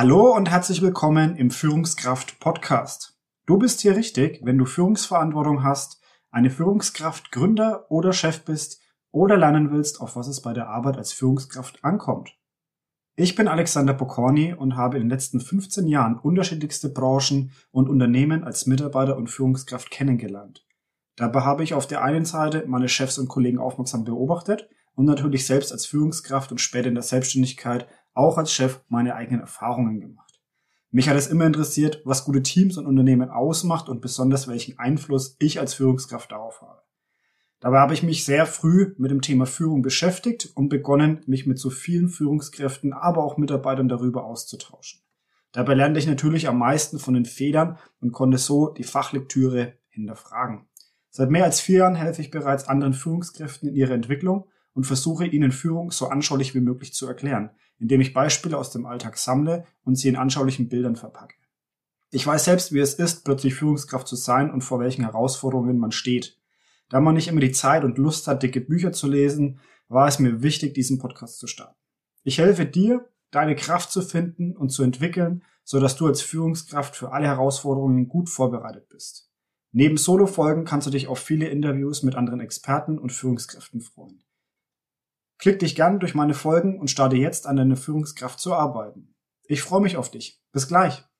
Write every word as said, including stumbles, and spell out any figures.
Hallo und herzlich willkommen im Führungskraft-Podcast. Du bist hier richtig, wenn du Führungsverantwortung hast, eine Führungskraft, Gründer oder Chef bist oder lernen willst, auf was es bei der Arbeit als Führungskraft ankommt. Ich bin Alexander Pokorny und habe in den letzten fünfzehn Jahren unterschiedlichste Branchen und Unternehmen als Mitarbeiter und Führungskraft kennengelernt. Dabei habe ich auf der einen Seite meine Chefs und Kollegen aufmerksam beobachtet und natürlich selbst als Führungskraft und später in der Selbstständigkeit auch als Chef meine eigenen Erfahrungen gemacht. Mich hat es immer interessiert, was gute Teams und Unternehmen ausmacht und besonders welchen Einfluss ich als Führungskraft darauf habe. Dabei habe ich mich sehr früh mit dem Thema Führung beschäftigt und begonnen, mich mit so vielen Führungskräften, aber auch Mitarbeitern darüber auszutauschen. Dabei lernte ich natürlich am meisten von den Fehlern und konnte so die Fachlektüre hinterfragen. Seit mehr als vier Jahren helfe ich bereits anderen Führungskräften in ihrer Entwicklung und versuche ihnen Führung so anschaulich wie möglich zu erklären, indem ich Beispiele aus dem Alltag sammle und sie in anschaulichen Bildern verpacke. Ich weiß selbst, wie es ist, plötzlich Führungskraft zu sein und vor welchen Herausforderungen man steht. Da man nicht immer die Zeit und Lust hat, dicke Bücher zu lesen, war es mir wichtig, diesen Podcast zu starten. Ich helfe dir, deine Kraft zu finden und zu entwickeln, sodass du als Führungskraft für alle Herausforderungen gut vorbereitet bist. Neben Solo-Folgen kannst du dich auf viele Interviews mit anderen Experten und Führungskräften freuen. Klick dich gern durch meine Folgen und starte jetzt an deiner Führungskraft zu arbeiten. Ich freue mich auf dich. Bis gleich.